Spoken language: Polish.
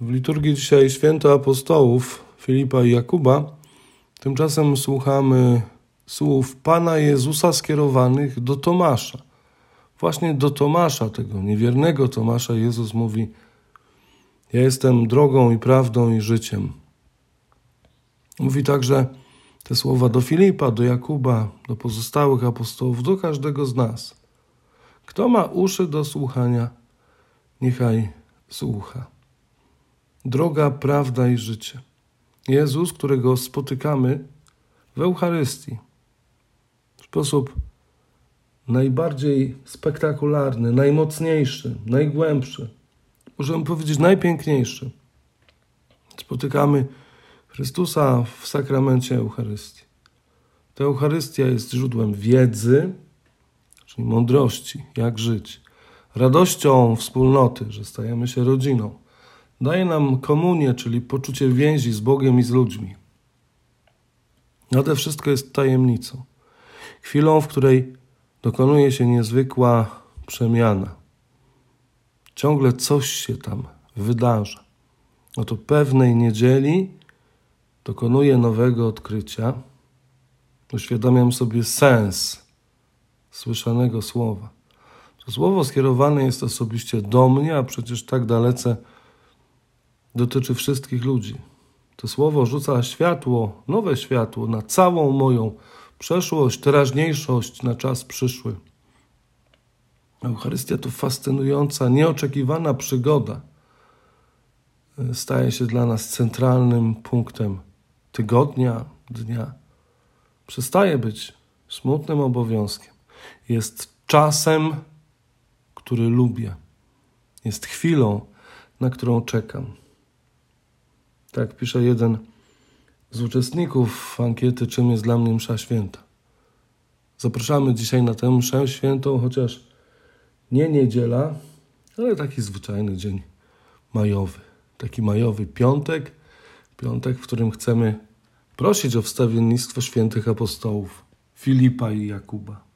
W liturgii dzisiaj święto apostołów Filipa i Jakuba. Tymczasem słuchamy słów Pana Jezusa skierowanych do Tomasza. Właśnie do Tomasza, tego niewiernego Tomasza, Jezus mówi: ja jestem drogą i prawdą i życiem. Mówi także te słowa do Filipa, do Jakuba, do pozostałych apostołów, do każdego z nas. Kto ma uszy do słuchania, niechaj słucha. Droga, prawda i życie. Jezus, którego spotykamy w Eucharystii w sposób najbardziej spektakularny, najmocniejszy, najgłębszy, możemy powiedzieć najpiękniejszy. Spotykamy Chrystusa w sakramencie Eucharystii. Ta Eucharystia jest źródłem wiedzy, czyli mądrości, jak żyć, radością wspólnoty, że stajemy się rodziną. Daje nam komunię, czyli poczucie więzi z Bogiem i z ludźmi. Nade wszystko jest tajemnicą. Chwilą, w której dokonuje się niezwykła przemiana. Ciągle coś się tam wydarza. Oto pewnej niedzieli dokonuję nowego odkrycia. Uświadamiam sobie sens słyszanego słowa. To słowo skierowane jest osobiście do mnie, a przecież tak dalece dotyczy wszystkich ludzi. To słowo rzuca światło, nowe światło na całą moją przeszłość, teraźniejszość, na czas przyszły. Eucharystia to fascynująca, nieoczekiwana przygoda. Staje się dla nas centralnym punktem tygodnia, dnia. Przestaje być smutnym obowiązkiem. Jest czasem, który lubię. Jest chwilą, na którą czekam. Tak pisze jeden z uczestników ankiety, czym jest dla mnie msza święta. Zapraszamy dzisiaj na tę mszę świętą, chociaż nie niedziela, ale taki zwyczajny dzień majowy. Taki majowy piątek, w którym chcemy prosić o wstawiennictwo świętych apostołów Filipa i Jakuba.